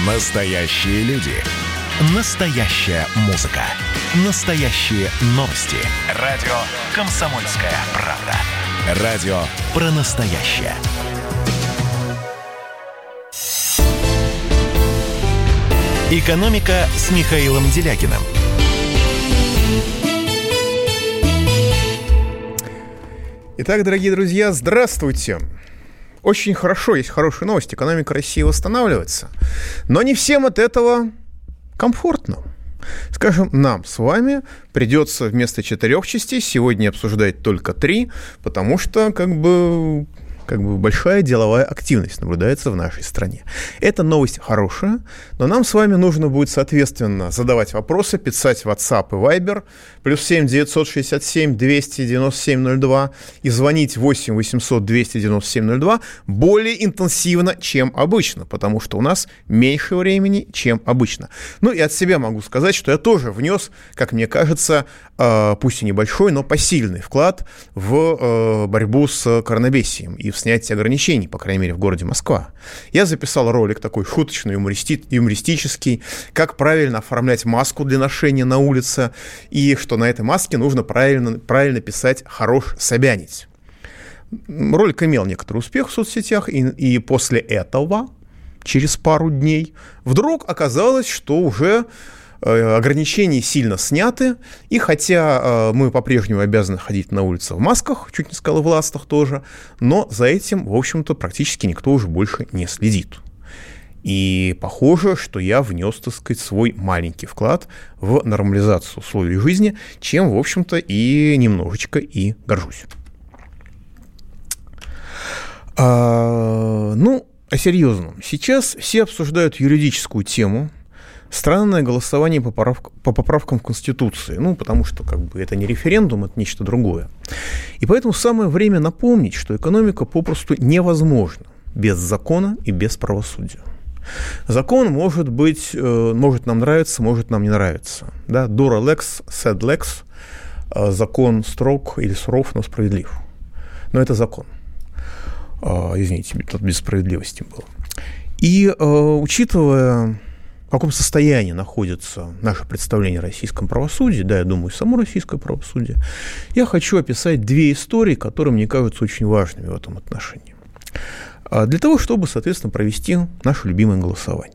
Настоящие люди. Настоящая музыка. Настоящие новости. Радио «Комсомольская правда». Радио про настоящее. «Экономика» с Михаилом Делякиным. Итак, дорогие друзья, здравствуйте. Очень хорошо, есть хорошая новость. Экономика России восстанавливается. Но не всем от этого комфортно. Скажем, нам с вами придется вместо 4 частей сегодня обсуждать только 3, потому что как бы большая деловая активность наблюдается в нашей стране. Эта новость хорошая, но нам с вами нужно будет, соответственно, задавать вопросы, писать в WhatsApp и Viber, +7 967 297 02 и звонить 8 800 297 02 более интенсивно, чем обычно, потому что у нас меньше времени, чем обычно. Ну и от себя могу сказать, что я тоже внес, как мне кажется, пусть и небольшой, но посильный вклад в борьбу с коронавирусом и в снятие ограничений, по крайней мере, в городе Москва. Я записал ролик такой шуточный, юмористический, как правильно оформлять маску для ношения на улице, и что на этой маске нужно правильно писать «хорош собянить». Ролик имел некоторый успех в соцсетях, и после этого, через пару дней, вдруг оказалось, что уже ограничения сильно сняты, и хотя мы по-прежнему обязаны ходить на улице в масках, чуть не сказал, в ластах тоже, но за этим, в общем-то, практически никто уже больше не следит. И похоже, что я внес, так сказать, свой маленький вклад в нормализацию условий жизни, чем, в общем-то, и немножечко и горжусь. О серьезном. Сейчас все обсуждают юридическую тему. Странное голосование по поправкам в Конституции. Потому что это не референдум, это нечто другое. И поэтому самое время напомнить, что экономика попросту невозможна без закона и без правосудия. Закон может нам нравиться, может нам не нравиться. Да? Dura lex, sed lex. Закон строг или суров, но справедлив. Но это закон. Извините, тут без справедливости было. И учитывая, в каком состоянии находится наше представление о российском правосудии, да, я думаю, само российское правосудие, я хочу описать 2 истории, которые мне кажутся очень важными в этом отношении. Для того, чтобы, соответственно, провести наше любимое голосование.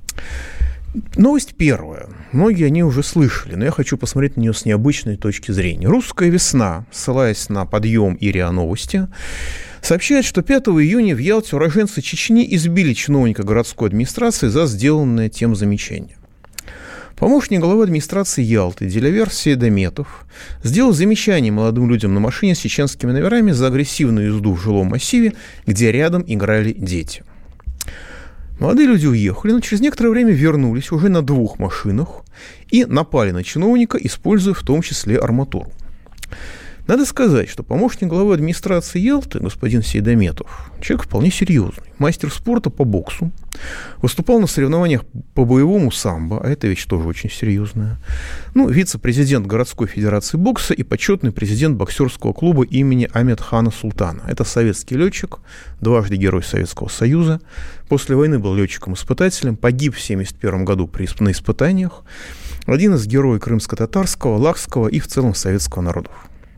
Новость первая. Многие о ней уже слышали, но я хочу посмотреть на нее с необычной точки зрения. «Русская весна», ссылаясь на подъем и РИА Новости, сообщает, что 5 июня в Ялте уроженцы Чечни избили чиновника городской администрации за сделанное тем замечание. Помощник главы администрации Ялты Дилявер Сейдаметов сделал замечание молодым людям на машине с чеченскими номерами за агрессивную езду в жилом массиве, где рядом играли дети. Молодые люди уехали, но через некоторое время вернулись уже на 2 машинах и напали на чиновника, используя в том числе арматуру. Надо сказать, что помощник главы администрации Ялты, господин Сейдаметов, человек вполне серьезный, мастер спорта по боксу, выступал на соревнованиях по боевому самбо, а это вещь тоже очень серьезная, вице-президент городской федерации бокса и почетный президент боксерского клуба имени Амедхана Султана. Это советский летчик, 2-dy герой Советского Союза, после войны был летчиком-испытателем, погиб в 1971 году на испытаниях, один из героев крымско-татарского, лахского и в целом советского народов.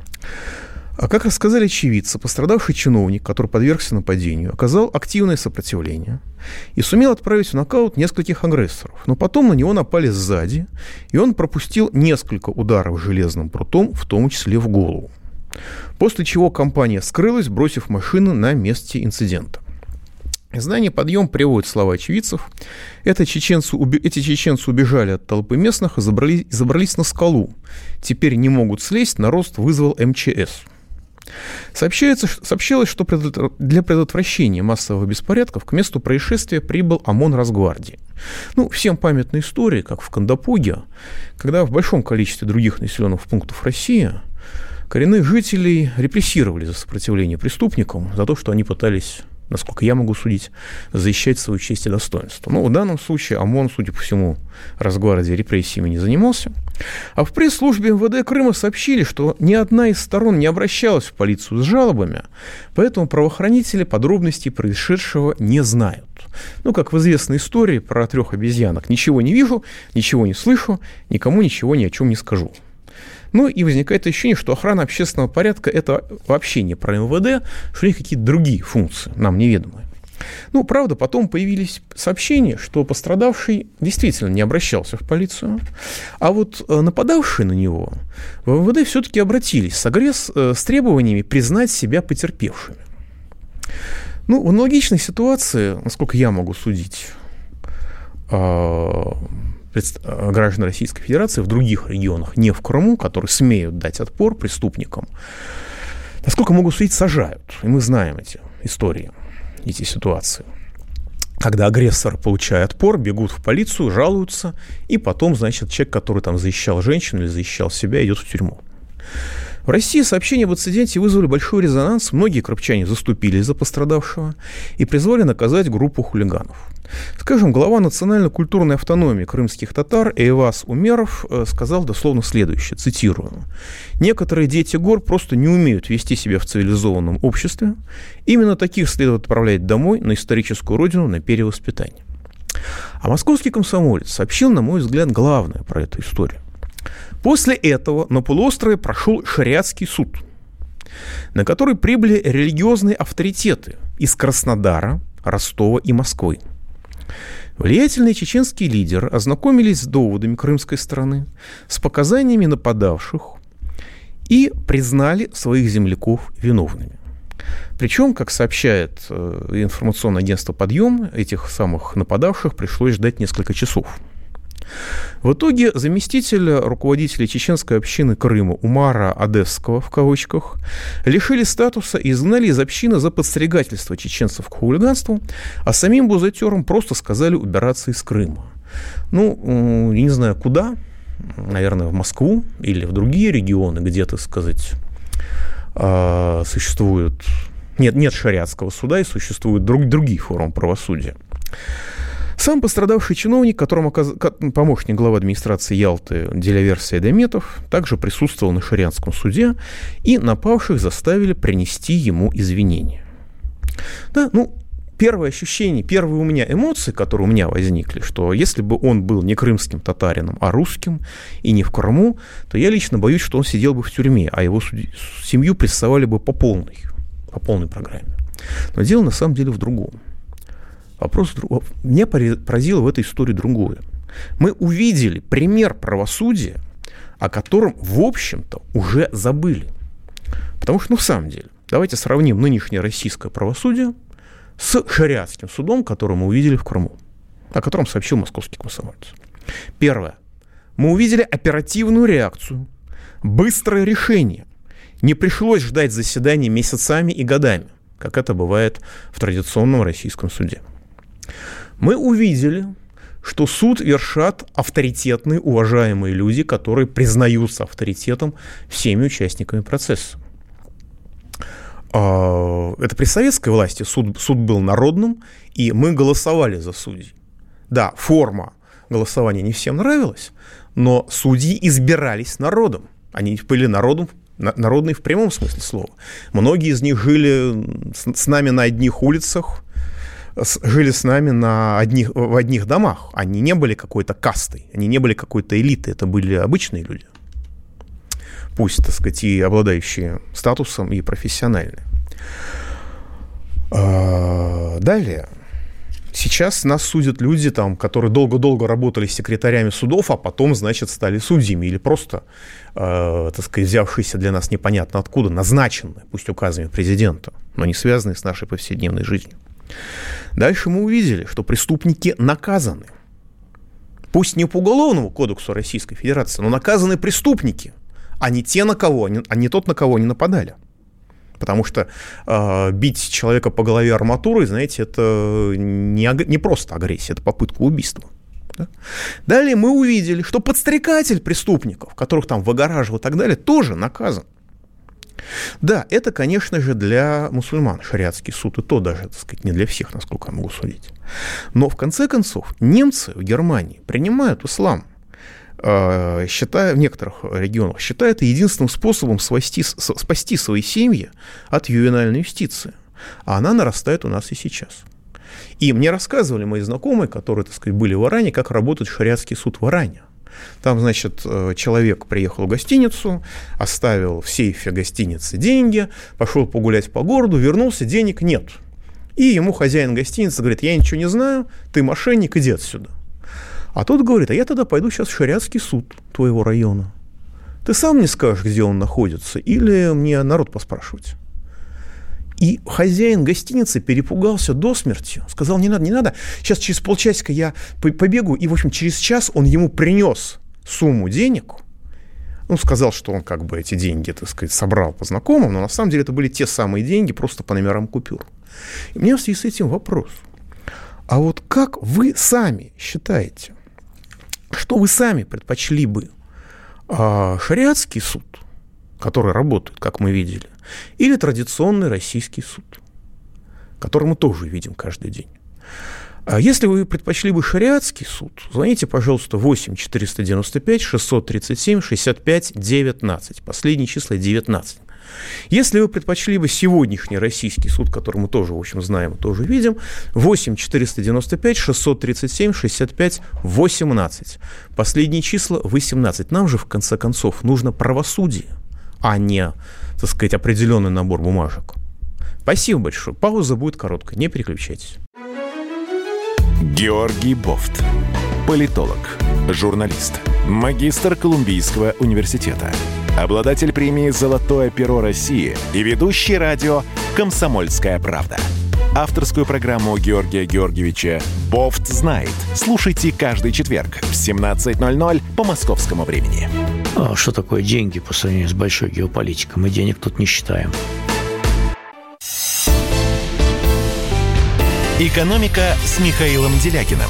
А как рассказали очевидцы, пострадавший чиновник, который подвергся нападению, оказал активное сопротивление и сумел отправить в нокаут нескольких агрессоров. Но потом на него напали сзади, и он пропустил несколько ударов железным прутом, в том числе в голову. После чего компания скрылась, бросив машину на месте инцидента. Издание «Подъем» приводит слова очевидцев. Эти чеченцы убежали от толпы местных и забрались на скалу. Теперь не могут слезть, на рост вызвал МЧС. Сообщалось, что для предотвращения массовых беспорядков к месту происшествия прибыл ОМОН Росгвардии. Всем памятна история, как в Кандапуге, когда в большом количестве других населенных пунктов России коренных жителей репрессировали за сопротивление преступникам, за то, что они пытались, насколько я могу судить, защищать свою честь и достоинство. В данном случае ОМОН, судя по всему, Росгвардии репрессиями не занимался. А в пресс-службе МВД Крыма сообщили, что ни одна из сторон не обращалась в полицию с жалобами, поэтому правоохранители подробностей происшедшего не знают. Ну, как в известной истории про 3 обезьянок. Ничего не вижу, ничего не слышу, никому ничего ни о чем не скажу. Ну, и возникает ощущение, что охрана общественного порядка – это вообще не про МВД, что у них какие-то другие функции, нам неведомые. Ну, правда, потом появились сообщения, что пострадавший действительно не обращался в полицию, а вот нападавшие на него в МВД все-таки обратились с требованиями признать себя потерпевшими. Ну, в аналогичной ситуации, насколько я могу судить, граждан Российской Федерации в других регионах, не в Крыму, которые смеют дать отпор преступникам, насколько могу судить, сажают. И мы знаем эти истории, эти ситуации. Когда агрессор, получая отпор, бегут в полицию, жалуются, и потом, значит, человек, который там защищал женщину или защищал себя, идет в тюрьму. В России сообщения об инциденте вызвали большой резонанс, многие крымчане заступились за пострадавшего и призвали наказать группу хулиганов. Скажем, глава национально-культурной автономии крымских татар Эйваз Умеров сказал дословно следующее, цитирую: «Некоторые дети гор просто не умеют вести себя в цивилизованном обществе. Именно таких следует отправлять домой, на историческую родину, на перевоспитание». А московский комсомолец сообщил, на мой взгляд, главное про эту историю. После этого на полуострове прошел шариатский суд, на который прибыли религиозные авторитеты из Краснодара, Ростова и Москвы. Влиятельные чеченские лидеры ознакомились с доводами крымской стороны, с показаниями нападавших и признали своих земляков виновными. Причем, как сообщает информационное агентство «Подъем», этих самых нападавших пришлось ждать несколько часов. В итоге заместитель руководителя чеченской общины Крыма Умара Одесского, в кавычках, лишили статуса и изгнали из общины за подстрекательство чеченцев к хулиганству, а самим бузатерам просто сказали убираться из Крыма. Ну, не знаю куда, наверное, в Москву или в другие регионы, где, так сказать, существует... Нет шариатского суда и существуют другие формы правосудия. Сам пострадавший чиновник, которому помощник главы администрации Ялты Дилявер Сайдаметов, также присутствовал на шариатском суде, и напавших заставили принести ему извинения. Да, ну, первое ощущение, первые у меня эмоции, которые у меня возникли, что если бы он был не крымским татарином, а русским, и не в Крыму, то я лично боюсь, что он сидел бы в тюрьме, а его семью прессовали бы по полной программе. Но дело на самом деле в другом. Меня поразило в этой истории другое. Мы увидели пример правосудия, о котором, в общем-то, уже забыли. Потому что, в самом деле, давайте сравним нынешнее российское правосудие с шариатским судом, который мы увидели в Крыму, о котором сообщил московский комсомолец. Первое. Мы увидели оперативную реакцию, быстрое решение. Не пришлось ждать заседаний месяцами и годами, как это бывает в традиционном российском суде. Мы увидели, что суд вершат авторитетные, уважаемые люди, которые признаются авторитетом всеми участниками процесса. Это при советской власти суд был народным, и мы голосовали за судей. Да, форма голосования не всем нравилась, но судьи избирались народом. Они были народные в прямом смысле слова. Многие из них жили с нами на одних улицах, жили с нами в одних домах. Они не были какой-то кастой, они не были какой-то элитой, это были обычные люди. Пусть, так сказать, и обладающие статусом, и профессиональные. Далее. Сейчас нас судят люди, которые долго-долго работали секретарями судов, а потом, значит, стали судьями или просто, так сказать, взявшиеся для нас непонятно откуда, назначенные, пусть указами президента, но не связанные с нашей повседневной жизнью. Дальше мы увидели, что преступники наказаны. Пусть не по Уголовному кодексу Российской Федерации, но наказаны преступники, а не тот, на кого они нападали. Потому что бить человека по голове арматурой, знаете, это не просто агрессия, это попытка убийства. Да? Далее мы увидели, что подстрекатель преступников, которых там выгораживал и так далее, тоже наказан. Да, это, конечно же, для мусульман шариатский суд, и то даже, так сказать, не для всех, насколько я могу судить. Но, в конце концов, немцы в Германии принимают ислам. в некоторых регионах считают это единственным способом спасти свои семьи от ювенальной юстиции. А она нарастает у нас и сейчас. И мне рассказывали мои знакомые, которые, так сказать, были в Иране, как работает шариатский суд в Иране. Там, значит, человек приехал в гостиницу, оставил в сейфе гостиницы деньги, пошел погулять по городу, вернулся, денег нет. И ему хозяин гостиницы говорит: я ничего не знаю, ты мошенник, иди отсюда. А тот говорит: а я тогда пойду сейчас в шариатский суд твоего района. Ты сам мне скажешь, где он находится, или мне народ поспрашивать? И хозяин гостиницы перепугался до смерти, сказал: не надо, сейчас через полчасика я побегу, и, в общем, через час он ему принес сумму денег. Ну, сказал, что он как бы эти деньги, так сказать, собрал по знакомым, но на самом деле это были те самые деньги, просто по номерам купюр. И у меня в связи с этим вопрос. А вот как вы сами считаете, что вы сами предпочли бы? Шариатский суд, который работает, как мы видели, или традиционный российский суд, который мы тоже видим каждый день? Если вы предпочли бы шариатский суд, звоните, пожалуйста, 8-497-637-65-19. Последние числа 19. Если вы предпочли бы сегодняшний российский суд, который мы тоже, в общем, знаем и тоже видим, 8-495-637-65-18. Последние числа 18. Нам же, в конце концов, нужно правосудие, а не, так сказать, определенный набор бумажек. Спасибо большое. Пауза будет короткая. Не переключайтесь. Георгий Бофт. Политолог, журналист, магистр Колумбийского университета, обладатель премии «Золотое перо России» и ведущий радио «Комсомольская правда». Авторскую программу Георгия Георгиевича «Бофт знает». Слушайте каждый четверг в 17:00 по московскому времени. А что такое деньги по сравнению с большой геополитикой? Мы денег тут не считаем. «Экономика» с Михаилом Делякиным.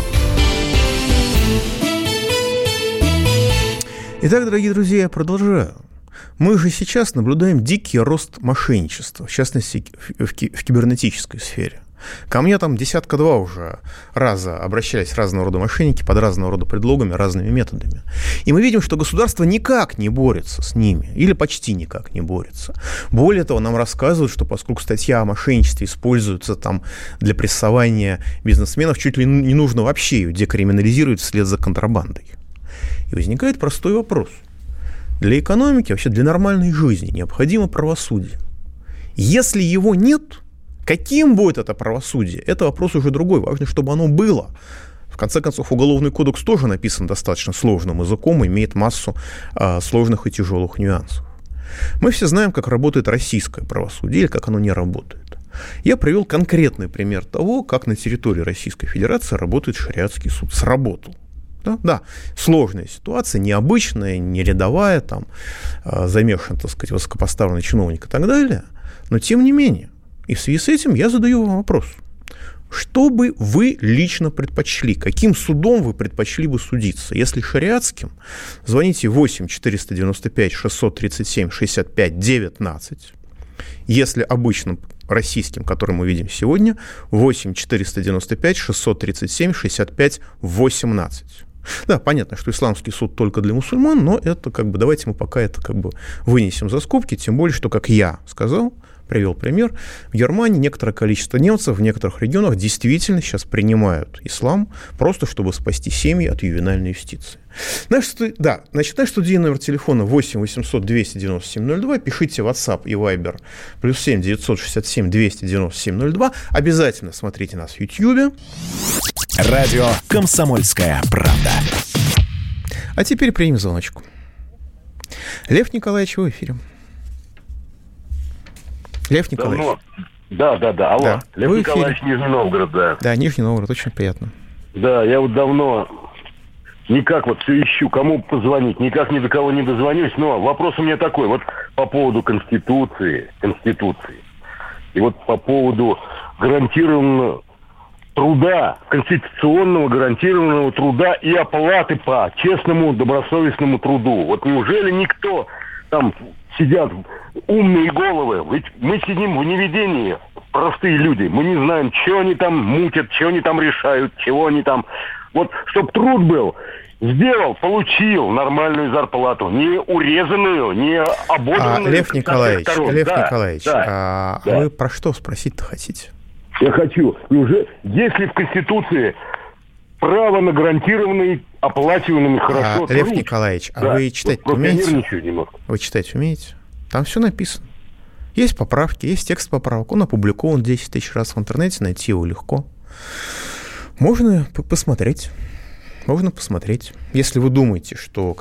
Итак, дорогие друзья, я продолжаю. Мы же сейчас наблюдаем дикий рост мошенничества, в частности, в кибернетической сфере. Ко мне там 10-2 уже раза обращались разного рода мошенники под разного рода предлогами, разными методами. И мы видим, что государство никак не борется с ними, или почти никак не борется. Более того, нам рассказывают, что поскольку статья о мошенничестве используется там для прессования бизнесменов, чуть ли не нужно вообще ее декриминализировать вслед за контрабандой. И возникает простой вопрос. Для экономики, вообще для нормальной жизни необходимо правосудие. Если его нет, каким будет это правосудие? Это вопрос уже другой. Важно, чтобы оно было. В конце концов, Уголовный кодекс тоже написан достаточно сложным языком, имеет массу сложных и тяжелых нюансов. Мы все знаем, как работает российское правосудие или как оно не работает. Я привел конкретный пример того, как на территории Российской Федерации работает шариатский суд. Сработал. Да, сложная ситуация, необычная, не рядовая, там, замешан, так сказать, высокопоставленный чиновник и так далее, но тем не менее. И в связи с этим я задаю вам вопрос. Что бы вы лично предпочли? Каким судом вы предпочли бы судиться? Если шариатским, звоните 8-495-637-65-19. Если обычным российским, который мы видим сегодня, 8-495-637-65-18. Да, понятно, что исламский суд только для мусульман, но это как бы, давайте мы пока это как бы вынесем за скобки, тем более, что, как я сказал, привел пример, в Германии некоторое количество немцев в некоторых регионах действительно сейчас принимают ислам, просто чтобы спасти семьи от ювенальной юстиции. Наш студийный номер телефона 8 800 297 02, пишите в WhatsApp и Viber +7 967 297 02, обязательно смотрите нас в YouTube. Радио «Комсомольская правда». А теперь примем звоночку. Лев Николаевич, вы в эфире. Лев Николаевич. Алло. Да. Алло. Да. Лев Николаевич, Нижний Новгород, да. Да, Нижний Новгород, очень приятно. Да, я вот давно никак вот все ищу, кому позвонить, никак ни до кого не дозвонюсь, но вопрос у меня такой, вот по поводу Конституции, и вот по поводу гарантированного труда, конституционного гарантированного труда и оплаты по честному, добросовестному труду. Вот неужели никто там сидят умные головы. Ведь мы сидим в неведении, простые люди. Мы не знаем, что они там мутят, что они там решают, чего они там... Вот, чтоб труд был, сделал, получил нормальную зарплату. Не урезанную, не ободранную. Лев Николаевич, вы про что спросить-то хотите? Я хочу. Если в Конституции право на гарантированный, оплачиваемый хорошо Лев Николаевич, вы читать умеете? Немного. Вы читать умеете? Там все написано. Есть поправки, есть текст поправок. Он опубликован 10 тысяч раз в интернете, найти его легко. Можно посмотреть. Если вы думаете, что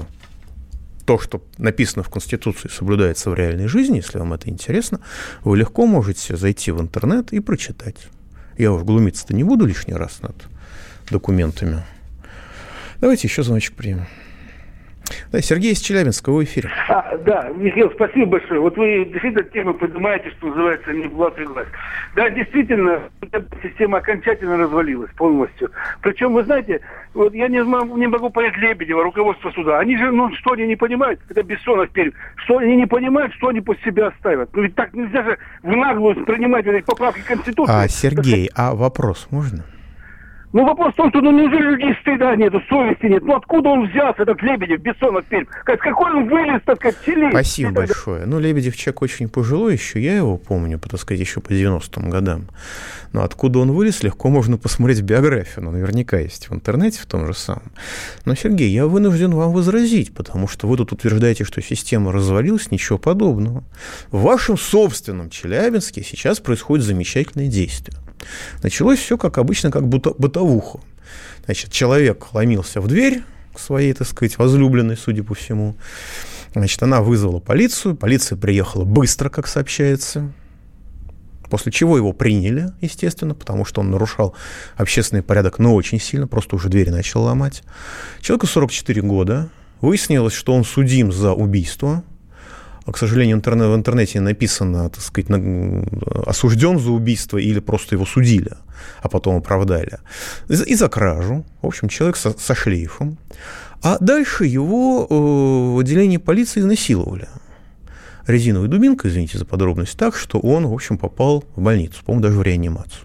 то, что написано в Конституции, соблюдается в реальной жизни, если вам это интересно, вы легко можете зайти в интернет и прочитать. Я уж глумиться-то не буду лишний раз над документами. Давайте еще звоночек примем. Да, Сергей из Челябинска, в эфире. Да, Михаил, спасибо большое. Вот вы действительно тему поднимаете, что называется, не власть и власть. Да, действительно, система окончательно развалилась полностью. Причем, вы знаете, вот я не могу понять Лебедева, руководство суда. Они же, что они не понимают, это Бессонов перед, что они не понимают, что они после себя оставят. Ну ведь так нельзя же в наглую принимать эти поправки Конституции. Сергей, вопрос можно? Вопрос в том, что неужели людей стыда нету, совести нет? Откуда он взялся, этот Лебедев, Бессонов, Пермь? Какой он вылез, так сказать, селей? Спасибо большое. Лебедев человек очень пожилой еще, я его помню, так сказать, еще по 90-м годам. Но откуда он вылез, легко можно посмотреть биографию, наверняка есть в интернете в том же самом. Но, Сергей, я вынужден вам возразить, потому что вы тут утверждаете, что система развалилась, ничего подобного. В вашем собственном Челябинске сейчас происходит замечательное действие. Началось все, как обычно, как бытовуха. Значит, человек ломился в дверь к своей, так сказать, возлюбленной, судя по всему. Значит, она вызвала полицию. Полиция приехала быстро, как сообщается. После чего его приняли, естественно, потому что он нарушал общественный порядок, но очень сильно, просто уже двери начал ломать. Человеку 44 года. Выяснилось, что он судим за убийство. К сожалению, в интернете написано, так сказать, осужден за убийство или просто его судили, а потом оправдали. И за кражу. В общем, человек со шлейфом. А дальше его в отделении полиции изнасиловали. Резиновой дубинкой, извините за подробность, так, что он, в общем, попал в больницу, по-моему, даже в реанимацию.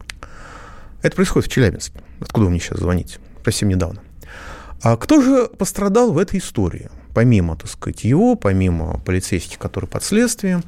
Это происходит в Челябинске. Откуда вы мне сейчас звоните? Совсем недавно. А кто же пострадал в этой истории? Помимо, так сказать, его, помимо полицейских, которые под следствием,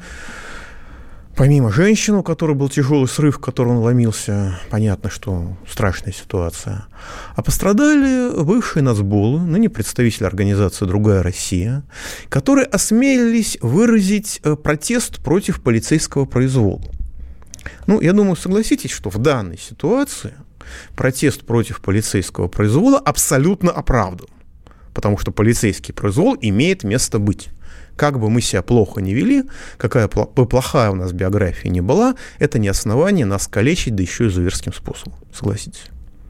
помимо женщины, у которой был тяжелый срыв, в который он ломился, понятно, что страшная ситуация. А пострадали бывшие нацболы, ныне представители организации «Другая Россия», которые осмелились выразить протест против полицейского произвола. Я думаю, согласитесь, что в данной ситуации протест против полицейского произвола абсолютно оправдан. Потому что полицейский произвол имеет место быть. Как бы мы себя плохо не вели, какая бы плохая у нас биография ни была, это не основание нас калечить, да еще и зверским способом. Согласитесь?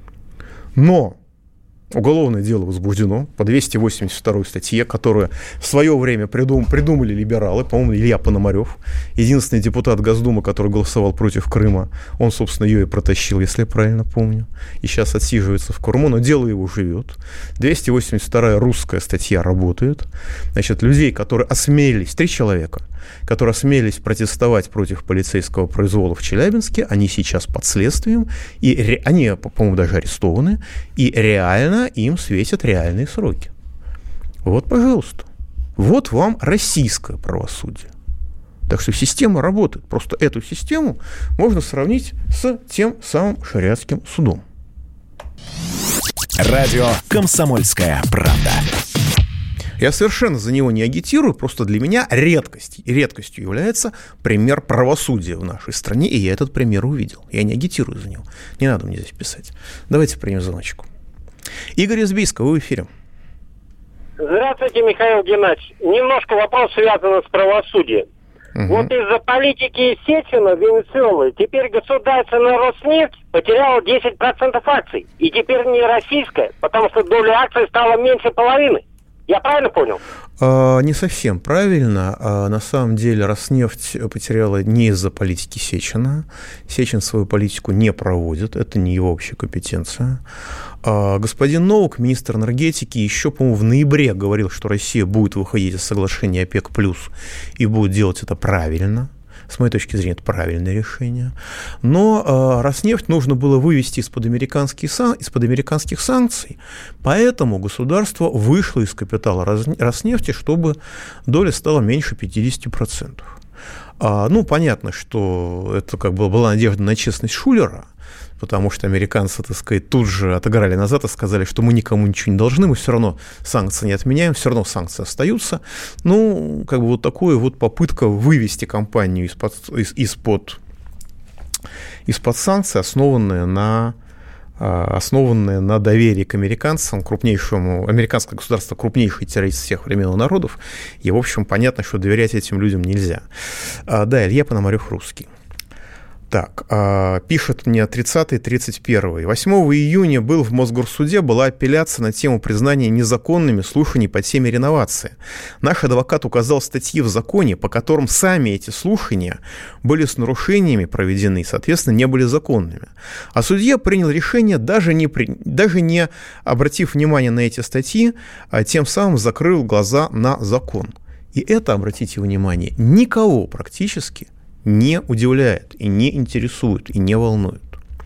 Но уголовное дело возбуждено по 282 статье, которую в свое время придумали либералы, по-моему, Илья Пономарев, единственный депутат Госдумы, который голосовал против Крыма. Он, собственно, ее и протащил, если я правильно помню, и сейчас отсиживается в Крыму, но дело его живет. 282 русская статья работает. Значит, людей, которые осмелились, 3 человека, которые осмелились протестовать против полицейского произвола в Челябинске, они сейчас под следствием, и они, по-моему, даже арестованы, и реально им светят реальные сроки. Вот, пожалуйста. Вот вам российское правосудие. Так что система работает. Просто эту систему можно сравнить с тем самым шариатским судом. Радио «Комсомольская правда». Я совершенно за него не агитирую, просто для меня редкостью является пример правосудия в нашей стране, и я этот пример увидел. Я не агитирую за него. Не надо мне здесь писать. Давайте примем звоночку. Игорь из Бийска, вы в эфире. Здравствуйте, Михаил Геннадьевич. Немножко вопрос связан с правосудием. Вот из-за политики Сечина Венесуэлы теперь государственная Роснефть потеряла 10% акций. И теперь не российская, потому что доля акций стала меньше половины. Я правильно понял? Не совсем правильно. На самом деле Роснефть потеряла не из-за политики Сечина. Сечин свою политику не проводит, это не его общая компетенция. Господин Новак, министр энергетики, еще, по-моему, в ноябре говорил, что Россия будет выходить из соглашения ОПЕК+, и будет делать это правильно. С моей точки зрения, это правильное решение. Но Роснефть нужно было вывести из-под американских санкций, поэтому государство вышло из капитала Роснефти, чтобы доля стала меньше 50%. Понятно, что это как бы была надежда на честность Шулера, потому что американцы, так сказать, тут же отыграли назад и сказали, что мы никому ничего не должны, мы все равно санкции не отменяем, все равно санкции остаются. Как бы вот такая вот попытка вывести компанию из-под санкций, основанная на доверии к американцам, американское государство крупнейший террорист всех времен и народов, и, в общем, понятно, что доверять этим людям нельзя. Да, Илья Пономарев, русский. Так, пишет мне 30-31. 8 июня был в Мосгорсуде, была апелляция на тему признания незаконными слушаний по теме реновации. Наш адвокат указал статьи в законе, по которым сами эти слушания были с нарушениями проведены и, соответственно, не были законными. А судья принял решение, даже не обратив внимания на эти статьи, тем самым закрыл глаза на закон. И это, обратите внимание, никого практически не удивляет, и не интересует, и не волнует.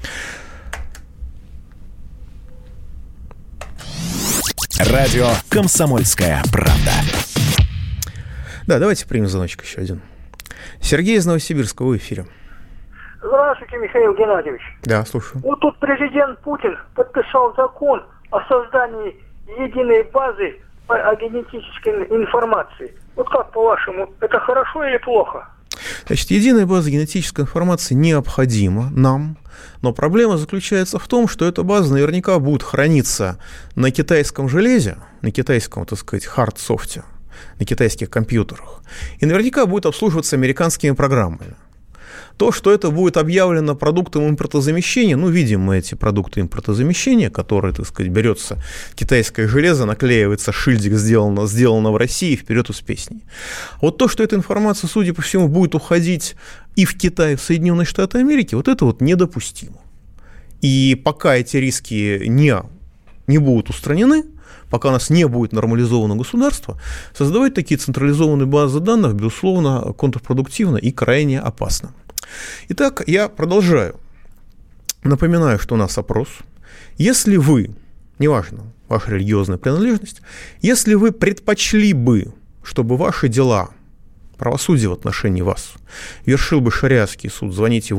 Радио «Комсомольская правда». Да, давайте примем звоночек еще один. Сергей из Новосибирска, в эфире. Здравствуйте, Михаил Геннадьевич. Да, слушаю. Вот тут президент Путин подписал закон о создании единой базы о генетической информации. Вот как, по-вашему, это хорошо или плохо? Значит, единая база генетической информации необходима нам, но проблема заключается в том, что эта база наверняка будет храниться на китайском железе, на китайском, так сказать, хард-софте, на китайских компьютерах, и наверняка будет обслуживаться американскими программами. То, что это будет объявлено продуктом импортозамещения, видим мы эти продукты импортозамещения, которые, так сказать, берется китайское железо, наклеивается шильдик «Сделано в России», вперед с песней. Вот то, что эта информация, судя по всему, будет уходить и в Китай, и в Соединенные Штаты Америки, вот это вот недопустимо. И пока эти риски не будут устранены, пока у нас не будет нормализовано государство, создавать такие централизованные базы данных, безусловно, контрпродуктивно и крайне опасно. Итак, я продолжаю. Напоминаю, что у нас опрос. Если вы, неважно, ваша религиозная принадлежность, если вы предпочли бы, чтобы ваши дела, правосудие в отношении вас вершил бы шариатский суд, звоните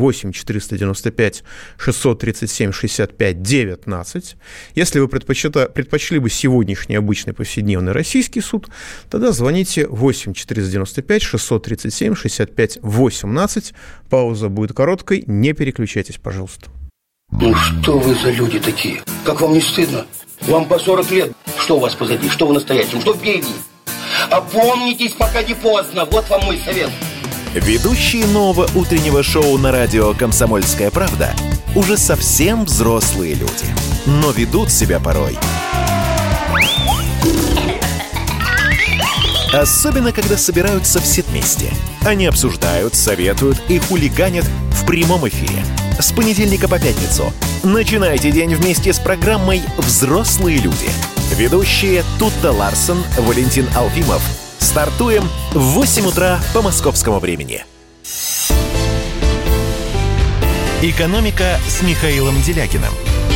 8-495-637-65-19. Если вы предпочли бы сегодняшний обычный повседневный российский суд, тогда звоните 8-495-637-65-18. Пауза будет короткой, не переключайтесь, пожалуйста. Ну что вы за люди такие? Как вам не стыдно? Вам по 40 лет. Что у вас позади? Что вы настоящем? Что впереди? Опомнитесь, пока не поздно. Вот вам мой совет. Ведущие нового утреннего шоу на радио «Комсомольская правда» уже совсем взрослые люди, но ведут себя порой. Особенно, когда собираются все вместе. Они обсуждают, советуют и хулиганят в прямом эфире. С понедельника по пятницу. Начинайте день вместе с программой «Взрослые люди». Ведущие Тутта Ларсон, Валентин Алфимов. Стартуем в 8 утра по московскому времени. «Экономика» с Михаилом Делякиным.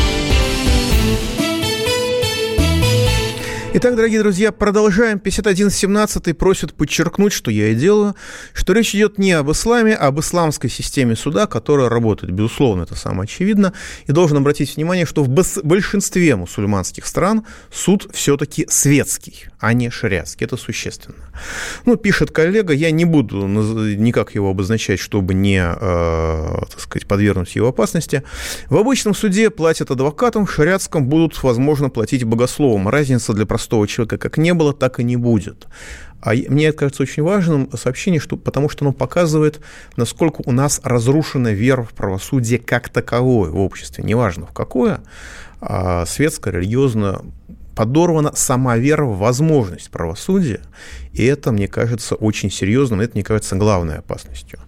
Итак, дорогие друзья, продолжаем. 5117 просит подчеркнуть, что я и делаю, что речь идет не об исламе, а об исламской системе суда, которая работает. Безусловно, это самое очевидно. И должен обратить внимание, что в большинстве мусульманских стран суд все-таки светский, а не шариатский. Это существенно. Пишет коллега, я не буду никак его обозначать, чтобы не, так сказать, подвергнуть его опасности. В обычном суде платят адвокатам, в шариатском будут, возможно, платить богословам. Разница для простого человека как не было, так и не будет. А мне это кажется очень важным сообщение, потому что оно показывает, насколько у нас разрушена вера в правосудие как таковое в обществе, неважно в какое, светское, религиозное, подорвана сама вера в возможность правосудия, и это, мне кажется, очень серьезным, это, мне кажется, главной опасностью.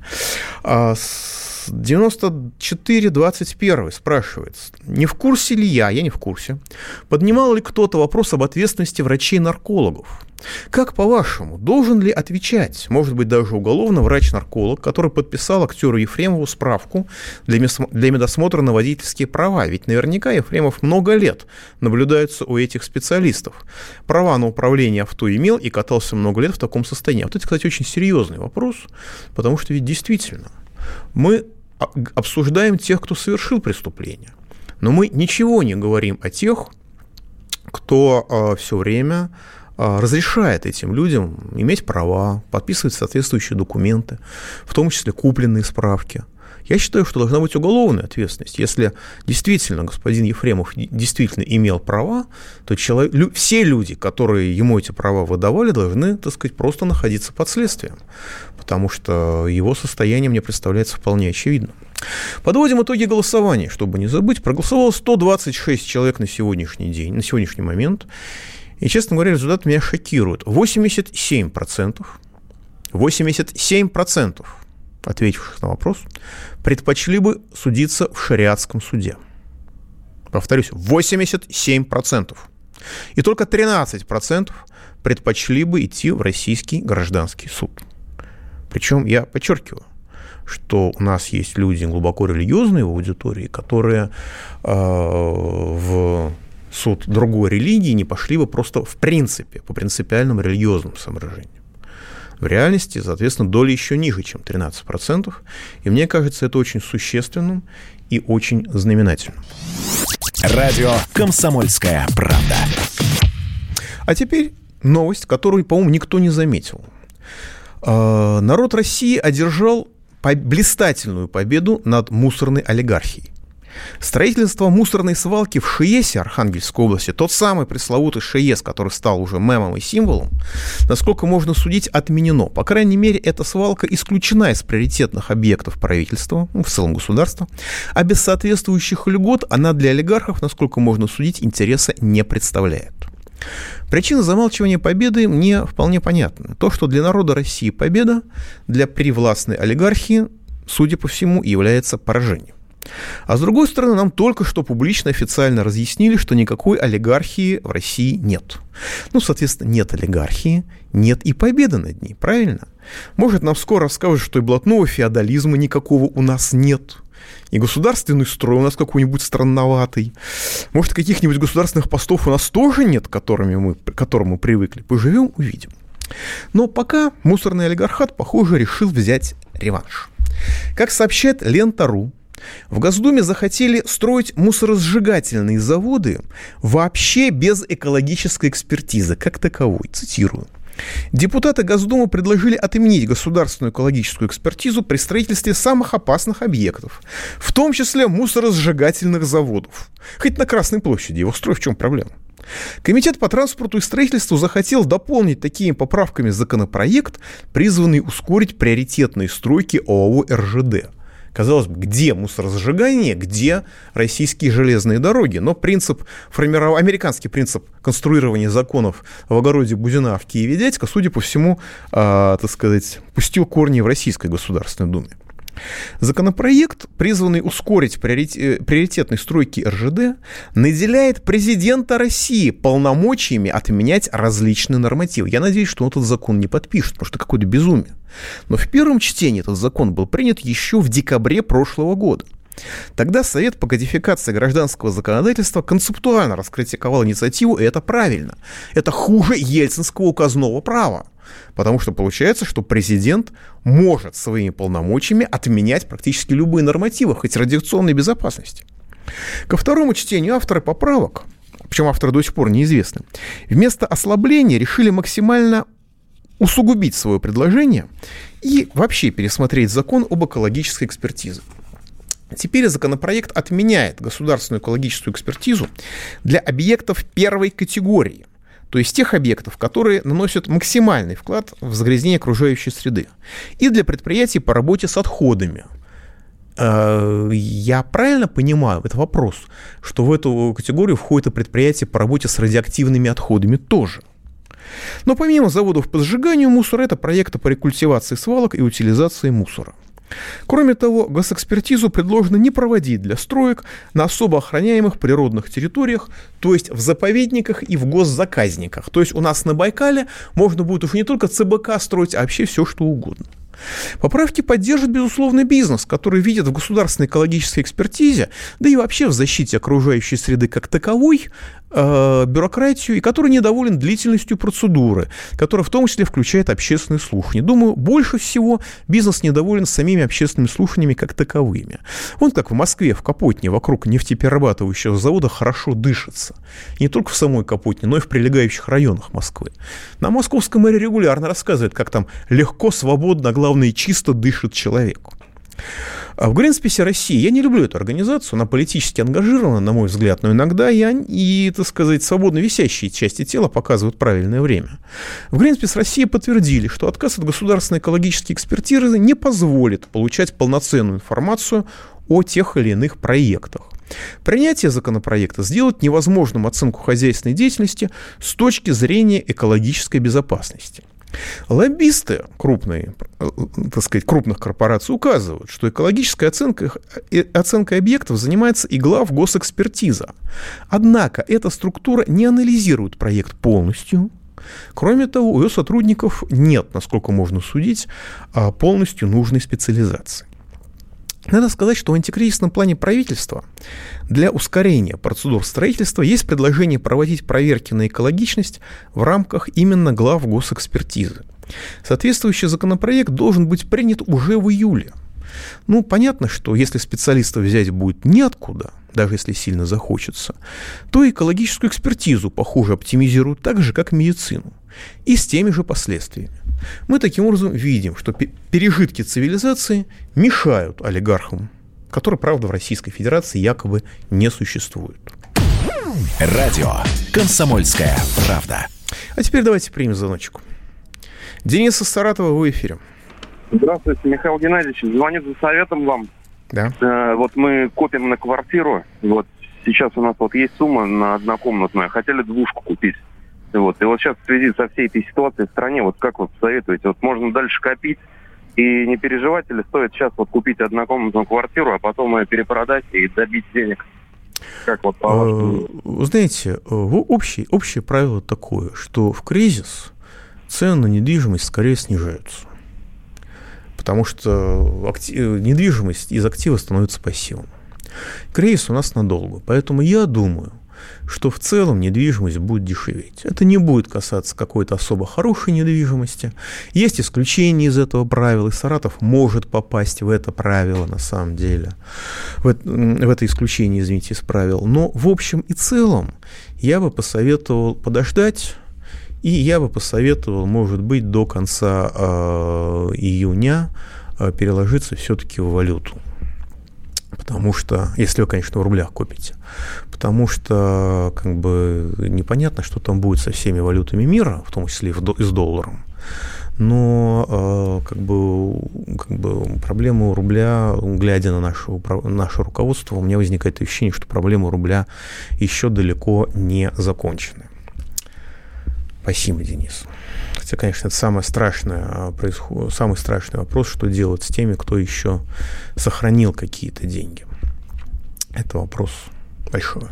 94-21 спрашивается, не в курсе ли я не в курсе, поднимал ли кто-то вопрос об ответственности врачей-наркологов? Как, по-вашему, должен ли отвечать, может быть, даже уголовно, врач-нарколог, который подписал актеру Ефремову справку для медосмотра на водительские права? Ведь наверняка Ефремов много лет наблюдается у этих специалистов. Права на управление авто имел и катался много лет в таком состоянии. Вот это, кстати, очень серьезный вопрос, потому что ведь действительно мы обсуждаем тех, кто совершил преступление, но мы ничего не говорим о тех, кто все время разрешает этим людям иметь права, подписывать соответствующие документы, в том числе купленные справки. Я считаю, что должна быть уголовная ответственность. Если действительно господин Ефремов действительно имел права, то все люди, которые ему эти права выдавали, должны, так сказать, просто находиться под следствием, потому что его состояние мне представляется вполне очевидным. Подводим итоги голосования, чтобы не забыть. Проголосовало 126 человек на сегодняшний день, на сегодняшний момент. И, честно говоря, результат меня шокирует. 87% ответивших на вопрос предпочли бы судиться в шариатском суде. Повторюсь, 87%. И только 13% предпочли бы идти в российский гражданский суд. Причем я подчеркиваю, что у нас есть люди глубоко религиозные в аудитории, которые в суд другой религии не пошли бы просто в принципе, по принципиальным религиозным соображениям. В реальности, соответственно, доля еще ниже, чем 13%. И мне кажется, это очень существенным и очень знаменательным. Радио «Комсомольская правда». А теперь новость, которую, по-моему, никто не заметил. Народ России одержал блистательную победу над мусорной олигархией. Строительство мусорной свалки в ШИЭСе Архангельской области, тот самый пресловутый ШИЭС, который стал уже мемом и символом, насколько можно судить, отменено. По крайней мере, эта свалка исключена из приоритетных объектов правительства, в целом государства, а без соответствующих льгот она для олигархов, насколько можно судить, интереса не представляет. Причина замалчивания победы мне вполне понятна. То, что для народа России победа, для привластной олигархии, судя по всему, является поражением. А с другой стороны, нам только что публично официально разъяснили, что никакой олигархии в России нет. Ну, соответственно, нет олигархии, нет и победы над ней, правильно? Может, нам скоро расскажут, что и блатного феодализма никакого у нас нет, и государственный строй у нас какой-нибудь странноватый. Может, каких-нибудь государственных постов у нас тоже нет, к которым мы привыкли. Поживем, увидим. Но пока мусорный олигархат, похоже, решил взять реванш. Как сообщает Лента.ру, в Госдуме захотели строить мусоросжигательные заводы вообще без экологической экспертизы, как таковой. Цитирую. Депутаты Госдумы предложили отменить государственную экологическую экспертизу при строительстве самых опасных объектов, в том числе мусоросжигательных заводов. Хоть на Красной площади его строй, в чем проблема? Комитет по транспорту и строительству захотел дополнить такими поправками законопроект, призванный ускорить приоритетные стройки ОАО РЖД. Казалось бы, где мусоросжигание, где российские железные дороги. Но американский принцип конструирования законов в огороде Бузина в Киеве дядька, судя по всему, пустил корни в Российской Государственной Думе. Законопроект, призванный ускорить приоритетные стройки РЖД, наделяет президента России полномочиями отменять различные нормативы. Я надеюсь, что он этот закон не подпишет, потому что это какое-то безумие. Но в первом чтении этот закон был принят еще в декабре прошлого года. Тогда Совет по кодификации гражданского законодательства концептуально раскритиковал инициативу, и это правильно. Это хуже ельцинского указного права. Потому что получается, что президент может своими полномочиями отменять практически любые нормативы, хоть радиационной безопасности. Ко второму чтению авторы поправок, причем авторы до сих пор неизвестны, вместо ослабления решили максимально усугубить свое предложение и вообще пересмотреть закон об экологической экспертизе. Теперь законопроект отменяет государственную экологическую экспертизу для объектов первой категории, то есть тех объектов, которые наносят максимальный вклад в загрязнение окружающей среды, и для предприятий по работе с отходами. Я правильно понимаю, это вопрос, что в эту категорию входит и предприятие по работе с радиоактивными отходами тоже. Но помимо заводов по сжиганию мусора, это проекты по рекультивации свалок и утилизации мусора. Кроме того, госэкспертизу предложено не проводить для строек на особо охраняемых природных территориях, то есть в заповедниках и в госзаказниках. То есть у нас на Байкале можно будет уже не только ЦБК строить, а вообще все, что угодно. Поправки поддержит, безусловно, бизнес, который видит в государственной экологической экспертизе, да и вообще в защите окружающей среды как таковой, бюрократию, и который недоволен длительностью процедуры, которая в том числе включает общественные слушания. Думаю, больше всего бизнес недоволен самими общественными слушаниями как таковыми. Вон как в Москве, в Капотне, вокруг нефтеперерабатывающего завода хорошо дышится. И не только в самой Капотне, но и в прилегающих районах Москвы. На московском мэре регулярно рассказывает, как там легко, свободно, а главное, и чисто дышит человек. А в Гринсписе России, я не люблю эту организацию, она политически ангажирована, на мой взгляд, но иногда так сказать, свободно висящие части тела показывают правильное время. В Гринспис России подтвердили, что отказ от государственной экологической экспертизы не позволит получать полноценную информацию о тех или иных проектах. Принятие законопроекта сделает невозможным оценку хозяйственной деятельности с точки зрения экологической безопасности. Лоббисты крупных корпораций указывают, что экологической оценкой объектов занимается и главгосэкспертиза. Однако эта структура не анализирует проект полностью. Кроме того, у ее сотрудников нет, насколько можно судить, полностью нужной специализации. Надо сказать, что в антикризисном плане правительства для ускорения процедур строительства есть предложение проводить проверки на экологичность в рамках именно глав госэкспертизы. Соответствующий законопроект должен быть принят уже в июле. Понятно, что если специалистов взять будет неоткуда, даже если сильно захочется, то экологическую экспертизу, похоже, оптимизируют так же, как медицину, и с теми же последствиями. Мы таким образом видим, что пережитки цивилизации мешают олигархам, которые, правда, в Российской Федерации якобы не существуют. Радио «Комсомольская правда». А теперь давайте примем звоночек. Денис из Саратова, вы в эфире. Здравствуйте, Михаил Геннадьевич. Звоню за советом вам. Да. Вот мы копим на квартиру. Вот сейчас у нас есть сумма на однокомнатную. Хотели двушку купить. И вот сейчас в связи со всей этой ситуацией в стране, как советуете? Можно дальше копить и не переживать, или стоит сейчас купить однокомнатную квартиру, а потом ее перепродать и добить денег? Как по-вашему? Вы знаете, общее правило такое, что в кризис цены на недвижимость скорее снижаются. Потому что недвижимость из актива становится пассивом. Кризис у нас надолго, поэтому я думаю, что в целом недвижимость будет дешеветь. Это не будет касаться какой-то особо хорошей недвижимости. Есть исключения из этого правила, и Саратов может попасть в это правило на самом деле. В это исключение, извините, из правил. Но в общем и целом я бы посоветовал подождать, и я бы посоветовал, может быть, до конца июня переложиться все-таки в валюту. Потому что, если вы, конечно, в рублях купите, потому что непонятно, что там будет со всеми валютами мира, в том числе и с долларом. Но проблема рубля, глядя на наше руководство, у меня возникает ощущение, что проблема рубля еще далеко не закончена. Спасибо, Денис. Хотя, конечно, это самый страшный вопрос, что делать с теми, кто еще сохранил какие-то деньги. Это вопрос большой.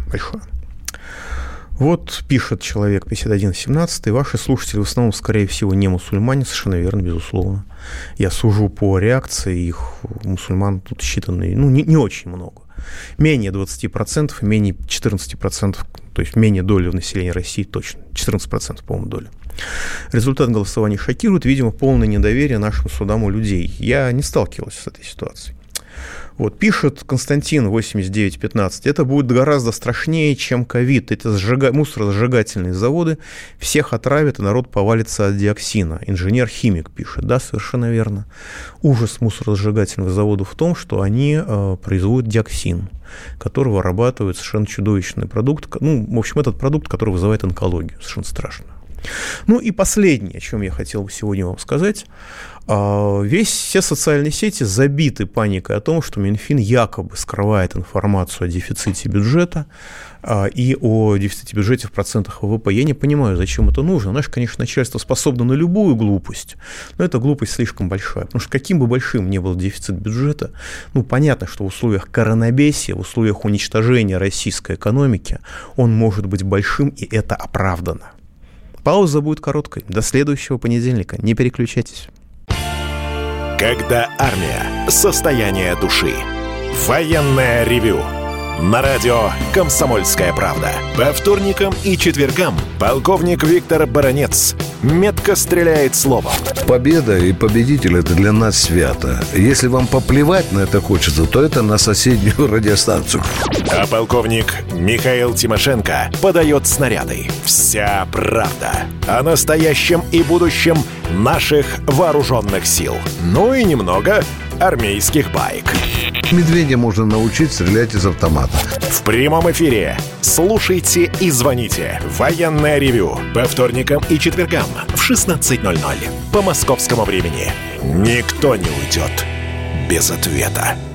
Вот пишет человек 5117: ваши слушатели в основном, скорее всего, не мусульмане. Совершенно верно, безусловно. Я сужу по реакции их, мусульман тут считанные, не очень много. Менее 20%, менее 14%, то есть менее доли в населении России точно. 14%, по-моему, доля. Результат голосования шокирует, видимо, полное недоверие нашим судам у людей. Я не сталкивался с этой ситуацией. Вот, пишет Константин 8915. Это будет гораздо страшнее, чем ковид. Это мусоросжигательные заводы. Всех отравят, и народ повалится от диоксина. Инженер-химик пишет. Да, совершенно верно. Ужас мусоросжигательных заводов в том, что они производят диоксин, который вырабатывает совершенно чудовищный продукт. В общем, этот продукт, который вызывает онкологию. Совершенно страшно. Ну и последнее, о чем я хотел бы сегодня вам сказать. Все социальные сети забиты паникой о том, что Минфин якобы скрывает информацию о дефиците бюджета и о дефиците бюджета в процентах ВВП. Я не понимаю, зачем это нужно. Наше, конечно, начальство способно на любую глупость, но эта глупость слишком большая. Потому что каким бы большим ни был дефицит бюджета, понятно, что в условиях коронабесия, в условиях уничтожения российской экономики он может быть большим, и это оправдано. Пауза будет короткой. До следующего понедельника. Не переключайтесь. Когда армия. Состояние души. Военное ревю. На радио «Комсомольская правда». По вторникам и четвергам полковник Виктор Баранец метко стреляет словом. Победа и победитель – это для нас свято. Если вам поплевать на это хочется, то это на соседнюю радиостанцию. А полковник Михаил Тимошенко подает снаряды. Вся правда о настоящем и будущем наших вооруженных сил. Ну и немного армейских баек. Медведя можно научить стрелять из автомата. В прямом эфире. Слушайте и звоните. Военное ревю. По вторникам и четвергам в 16:00 по московскому времени. Никто не уйдет без ответа.